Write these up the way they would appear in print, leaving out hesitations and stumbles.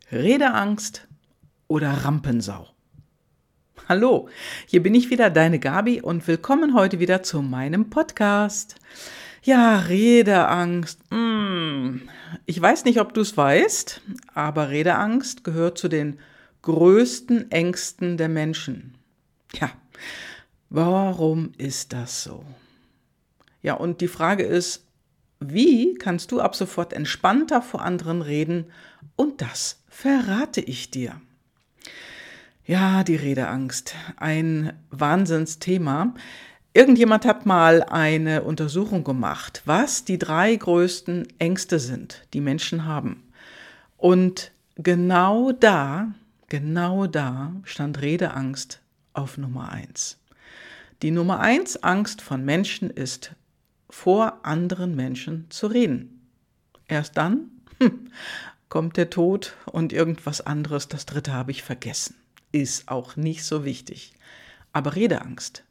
Redeangst oder Rampensau? Hallo, hier bin ich wieder, deine Gabi, und willkommen heute wieder zu meinem Podcast. Ja, Redeangst. Ich weiß nicht, ob du es weißt, aber Redeangst gehört zu den größten Ängsten der Menschen. Ja, warum ist das so? Ja, und die Frage ist, wie kannst du ab sofort entspannter vor anderen reden? Und das verrate ich dir. Ja, die Redeangst, ein Wahnsinnsthema. Irgendjemand hat mal eine Untersuchung gemacht, was die 3 größten Ängste sind, die Menschen haben. Und genau da stand Redeangst auf Nummer 1. Die Nummer 1 Angst von Menschen ist, vor anderen Menschen zu reden. Erst dann kommt der Tod und irgendwas anderes, das dritte habe ich vergessen. Ist auch nicht so wichtig. Aber Redeangst,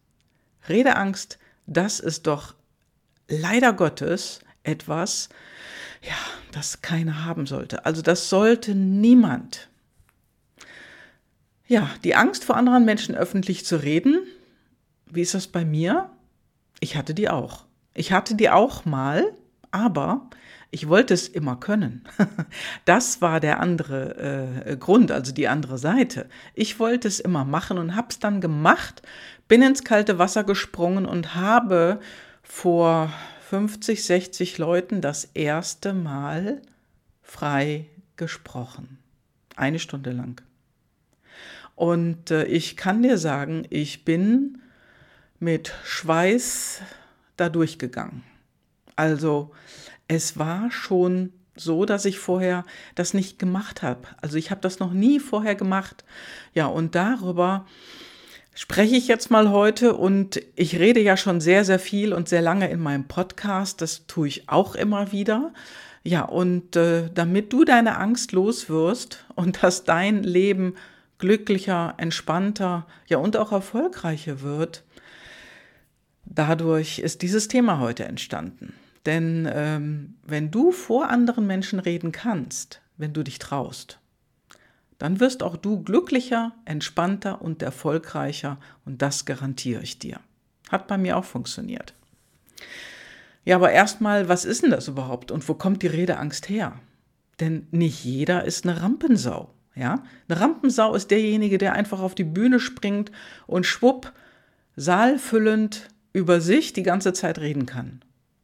das ist doch leider Gottes etwas, ja, das keiner haben sollte. Also das sollte niemand. Ja, die Angst vor anderen Menschen öffentlich zu reden, wie ist das bei mir? Ich hatte die auch. Ich hatte die auch mal, aber ich wollte es immer können. Das war der andere Grund, also die andere Seite. Ich wollte es immer machen und habe es dann gemacht, bin ins kalte Wasser gesprungen und habe vor 50, 60 Leuten das erste Mal frei gesprochen. 1 Stunde lang. Und ich kann dir sagen, ich bin mit Schweiß da durchgegangen. Also es war schon so, dass ich vorher das nicht gemacht habe. Also ich habe das noch nie vorher gemacht. Ja, und darüber spreche ich jetzt mal heute, und ich rede ja schon sehr, sehr viel und sehr lange in meinem Podcast. Das tue ich auch immer wieder. Ja, und damit du deine Angst los wirst und dass dein Leben glücklicher, entspannter, ja und auch erfolgreicher wird, dadurch ist dieses Thema heute entstanden. Denn wenn du vor anderen Menschen reden kannst, wenn du dich traust, dann wirst auch du glücklicher, entspannter und erfolgreicher, und das garantiere ich dir. Hat bei mir auch funktioniert. Ja, aber erstmal, was ist denn das überhaupt und wo kommt die Redeangst her? Denn nicht jeder ist eine Rampensau. Ja? Eine Rampensau ist derjenige, der einfach auf die Bühne springt und schwupp, saalfüllend über sich die ganze Zeit reden kann.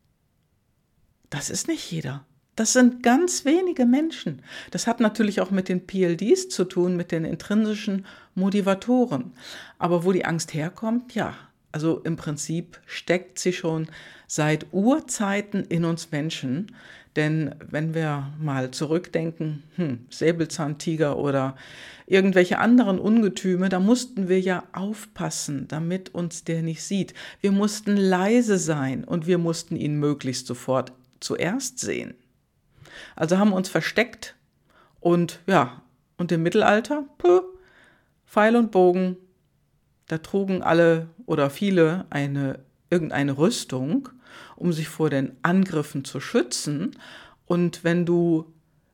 Das ist nicht jeder. Das sind ganz wenige Menschen. Das hat natürlich auch mit den PLDs zu tun, mit den intrinsischen Motivatoren. Aber wo die Angst herkommt, ja, also im Prinzip steckt sie schon seit Urzeiten in uns Menschen. Denn wenn wir mal zurückdenken, Säbelzahntiger oder irgendwelche anderen Ungetüme, da mussten wir ja aufpassen, damit uns der nicht sieht. Wir mussten leise sein und wir mussten ihn möglichst sofort zuerst sehen. Also haben wir uns versteckt und ja, und im Mittelalter, Pfeil und Bogen, da trugen alle oder viele irgendeine Rüstung, um sich vor den Angriffen zu schützen. Und wenn du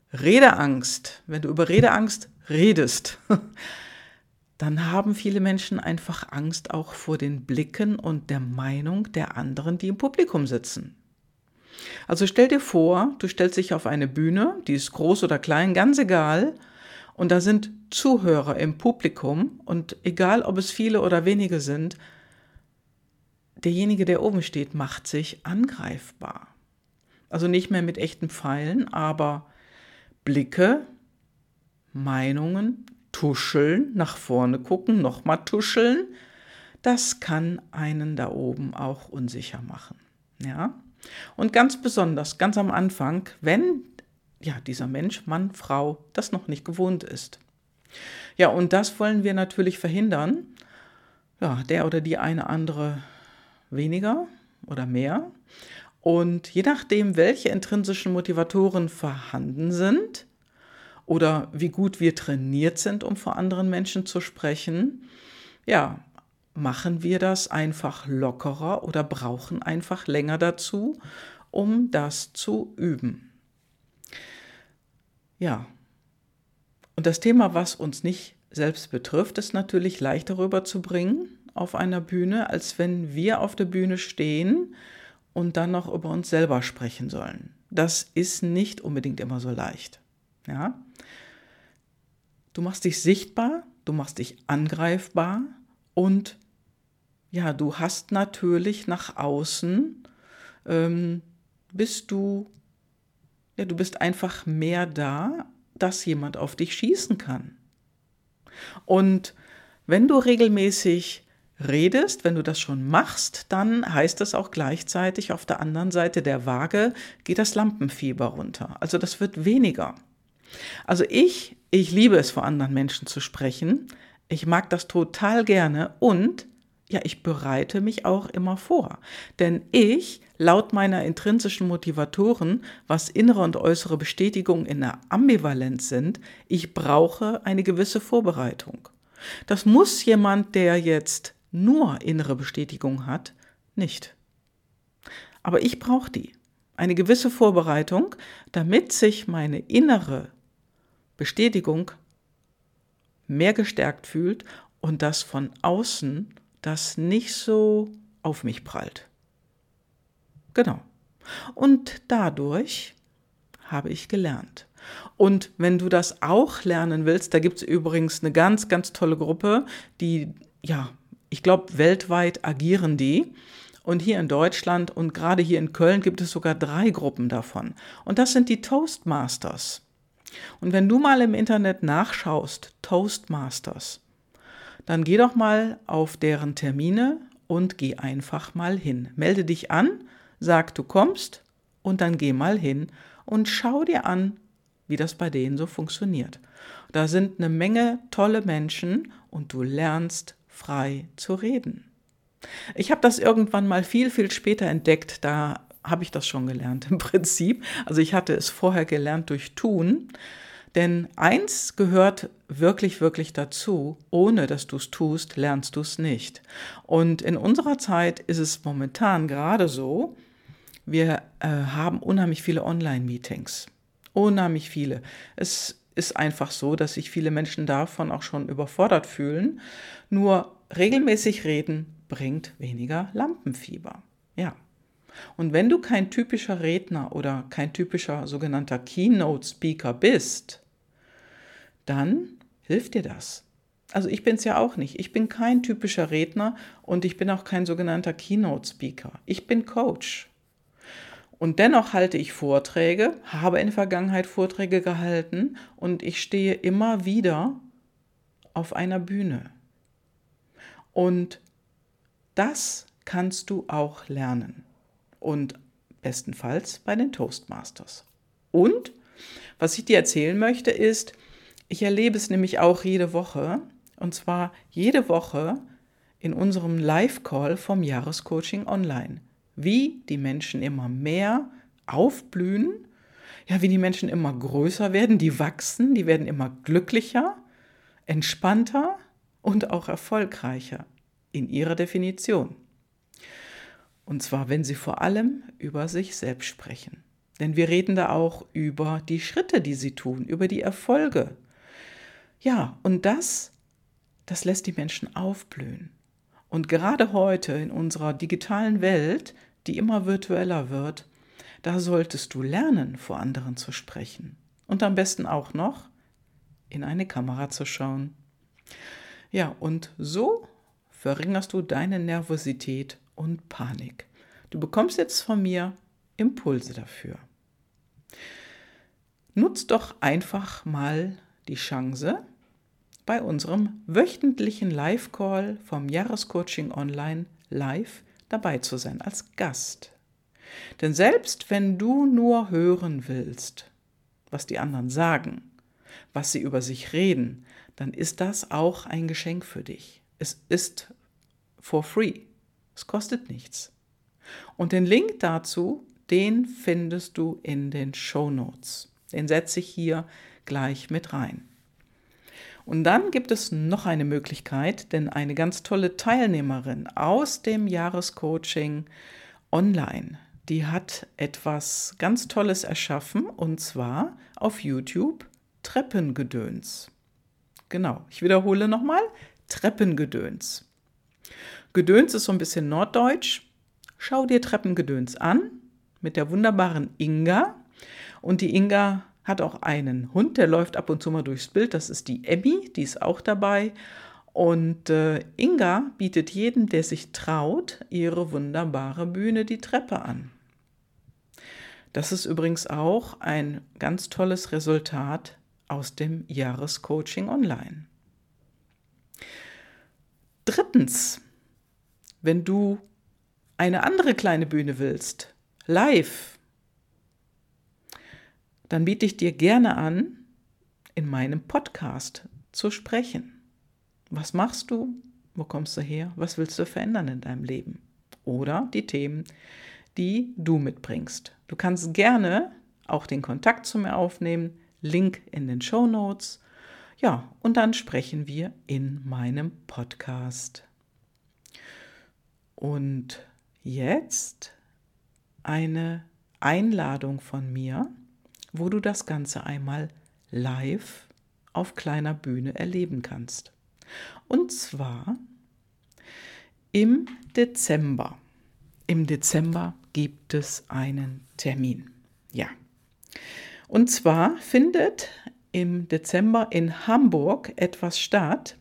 über Redeangst redest, dann haben viele Menschen einfach Angst auch vor den Blicken und der Meinung der anderen, die im Publikum sitzen. Also stell dir vor, du stellst dich auf eine Bühne, die ist groß oder klein, ganz egal, und da sind Zuhörer im Publikum, und egal, ob es viele oder wenige sind, derjenige, der oben steht, macht sich angreifbar. Also nicht mehr mit echten Pfeilen, aber Blicke, Meinungen, tuscheln, nach vorne gucken, nochmal tuscheln, das kann einen da oben auch unsicher machen. Ja? Und ganz besonders, ganz am Anfang, wenn ja dieser Mensch, Mann, Frau, das noch nicht gewohnt ist. Ja, und das wollen wir natürlich verhindern. Ja, der oder die eine andere weniger oder mehr. Und je nachdem, welche intrinsischen Motivatoren vorhanden sind oder wie gut wir trainiert sind, um vor anderen Menschen zu sprechen, ja, machen wir das einfach lockerer oder brauchen einfach länger dazu, um das zu üben. Ja, Und das Thema, was uns nicht selbst betrifft, ist natürlich leichter rüberzubringen auf einer Bühne, als wenn wir auf der Bühne stehen und dann noch über uns selber sprechen sollen. Das ist nicht unbedingt immer so leicht. Ja? Du machst dich sichtbar, du machst dich angreifbar und ja, du hast natürlich nach außen, du bist einfach mehr da, dass jemand auf dich schießen kann. Und wenn du regelmäßig redest, wenn du das schon machst, dann heißt das auch gleichzeitig, auf der anderen Seite der Waage geht das Lampenfieber runter. Also das wird weniger. Also ich liebe es, vor anderen Menschen zu sprechen. Ich mag das total gerne und ja, ich bereite mich auch immer vor. Denn laut meiner intrinsischen Motivatoren, was innere und äußere Bestätigung in der Ambivalenz sind, ich brauche eine gewisse Vorbereitung. Das muss jemand, der jetzt nur innere Bestätigung hat, nicht. Aber ich brauche die. Eine gewisse Vorbereitung, damit sich meine innere Bestätigung mehr gestärkt fühlt und das von außen das nicht so auf mich prallt. Genau. Und dadurch habe ich gelernt. Und wenn du das auch lernen willst, da gibt es übrigens eine ganz, ganz tolle Gruppe, ich glaube, weltweit agieren die. Und hier in Deutschland und gerade hier in Köln gibt es sogar 3 Gruppen davon. Und das sind die Toastmasters. Und wenn du mal im Internet nachschaust, Toastmasters, dann geh doch mal auf deren Termine und geh einfach mal hin. Melde dich an, sag, du kommst und dann geh mal hin und schau dir an, wie das bei denen so funktioniert. Da sind eine Menge tolle Menschen und du lernst frei zu reden. Ich habe das irgendwann mal viel, viel später entdeckt, da habe ich das schon gelernt im Prinzip. Also ich hatte es vorher gelernt durch Tun. Denn eins gehört wirklich, wirklich dazu, ohne dass du es tust, lernst du es nicht. Und in unserer Zeit ist es momentan gerade so, wir haben unheimlich viele Online-Meetings. Unheimlich viele. Es ist einfach so, dass sich viele Menschen davon auch schon überfordert fühlen. Nur regelmäßig reden bringt weniger Lampenfieber. Ja. Und wenn du kein typischer Redner oder kein typischer sogenannter Keynote-Speaker bist, dann hilft dir das. Also ich bin es ja auch nicht. Ich bin kein typischer Redner und ich bin auch kein sogenannter Keynote-Speaker. Ich bin Coach. Und dennoch halte ich Vorträge, habe in der Vergangenheit Vorträge gehalten und ich stehe immer wieder auf einer Bühne. Und das kannst du auch lernen. Und bestenfalls bei den Toastmasters. Und was ich dir erzählen möchte ist, ich erlebe es nämlich auch jede Woche, und zwar jede Woche in unserem Live-Call vom Jahrescoaching Online, wie die Menschen immer mehr aufblühen, ja, wie die Menschen immer größer werden, die wachsen, die werden immer glücklicher, entspannter und auch erfolgreicher in ihrer Definition. Und zwar, wenn sie vor allem über sich selbst sprechen. Denn wir reden da auch über die Schritte, die sie tun, über die Erfolge. Ja, und das lässt die Menschen aufblühen. Und gerade heute in unserer digitalen Welt, die immer virtueller wird, da solltest du lernen, vor anderen zu sprechen. Und am besten auch noch in eine Kamera zu schauen. Ja, und so verringerst du deine Nervosität und Panik. Du bekommst jetzt von mir Impulse dafür. Nutz doch einfach mal die Chance, bei unserem wöchentlichen Live-Call vom Jahrescoaching Online live dabei zu sein als Gast. Denn selbst wenn du nur hören willst, was die anderen sagen, was sie über sich reden, dann ist das auch ein Geschenk für dich. Es ist for free. Es kostet nichts. Und den Link dazu, den findest du in den Shownotes. Den setze ich hier gleich mit rein. Und dann gibt es noch eine Möglichkeit, denn eine ganz tolle Teilnehmerin aus dem Jahrescoaching Online, die hat etwas ganz Tolles erschaffen, und zwar auf YouTube Treppengedöns. Genau, ich wiederhole nochmal, Treppengedöns. Gedöns ist so ein bisschen norddeutsch. Schau dir Treppengedöns an mit der wunderbaren Inga. Und die Inga hat auch einen Hund, der läuft ab und zu mal durchs Bild. Das ist die Emmy, die ist auch dabei. Und Inga bietet jedem, der sich traut, ihre wunderbare Bühne, die Treppe an. Das ist übrigens auch ein ganz tolles Resultat aus dem Jahrescoaching online. Drittens, wenn du eine andere kleine Bühne willst, live, dann biete ich dir gerne an, in meinem Podcast zu sprechen. Was machst du? Wo kommst du her? Was willst du verändern in deinem Leben? Oder die Themen, die du mitbringst. Du kannst gerne auch den Kontakt zu mir aufnehmen, Link in den Shownotes. Ja, und dann sprechen wir in meinem Podcast. Und jetzt eine Einladung von mir, wo du das Ganze einmal live auf kleiner Bühne erleben kannst. Und zwar im Dezember. Im Dezember gibt es einen Termin. Ja. Und zwar findet im Dezember in Hamburg etwas statt.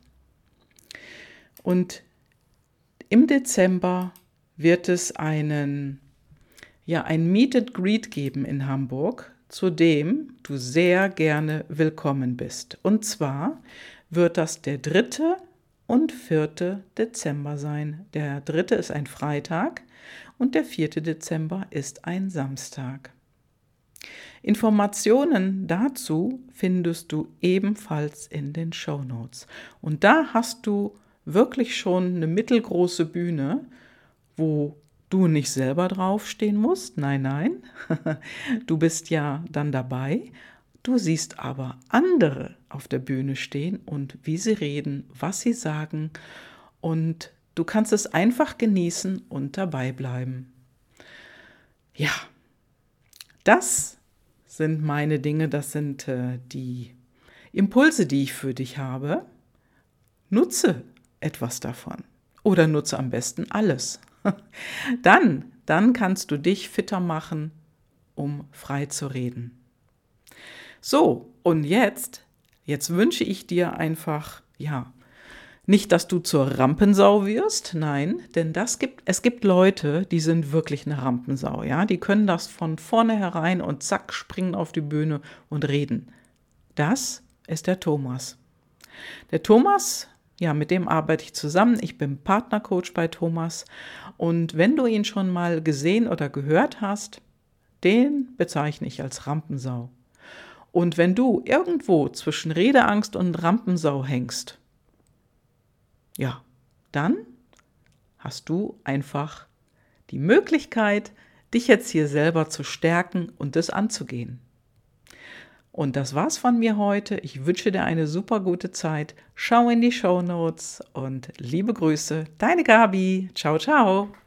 Und im Dezember wird es ein Meet and Greet geben in Hamburg, zu dem du sehr gerne willkommen bist. Und zwar wird das der 3. und 4. Dezember sein. Der 3. ist ein Freitag und der 4. Dezember ist ein Samstag. Informationen dazu findest du ebenfalls in den Shownotes. Und da hast du wirklich schon eine mittelgroße Bühne, wo du nicht selber draufstehen musst. Nein, du bist ja dann dabei. Du siehst aber andere auf der Bühne stehen und wie sie reden, was sie sagen, und du kannst es einfach genießen und dabei bleiben. Ja, das sind meine Dinge, das sind die Impulse, die ich für dich habe. Nutze etwas davon oder nutze am besten alles. Dann kannst du dich fitter machen, um frei zu reden. So, und jetzt wünsche ich dir einfach, nicht, dass du zur Rampensau wirst, nein, denn es gibt Leute, die sind wirklich eine Rampensau, ja, die können das von vornherein und zack, springen auf die Bühne und reden. Das ist der Thomas. Der Thomas, mit dem arbeite ich zusammen. Ich bin Partnercoach bei Thomas. Und wenn du ihn schon mal gesehen oder gehört hast, den bezeichne ich als Rampensau. Und wenn du irgendwo zwischen Redeangst und Rampensau hängst, dann hast du einfach die Möglichkeit, dich jetzt hier selber zu stärken und das anzugehen. Und das war's von mir heute. Ich wünsche dir eine super gute Zeit. Schau in die Shownotes und liebe Grüße, deine Gabi. Ciao, ciao.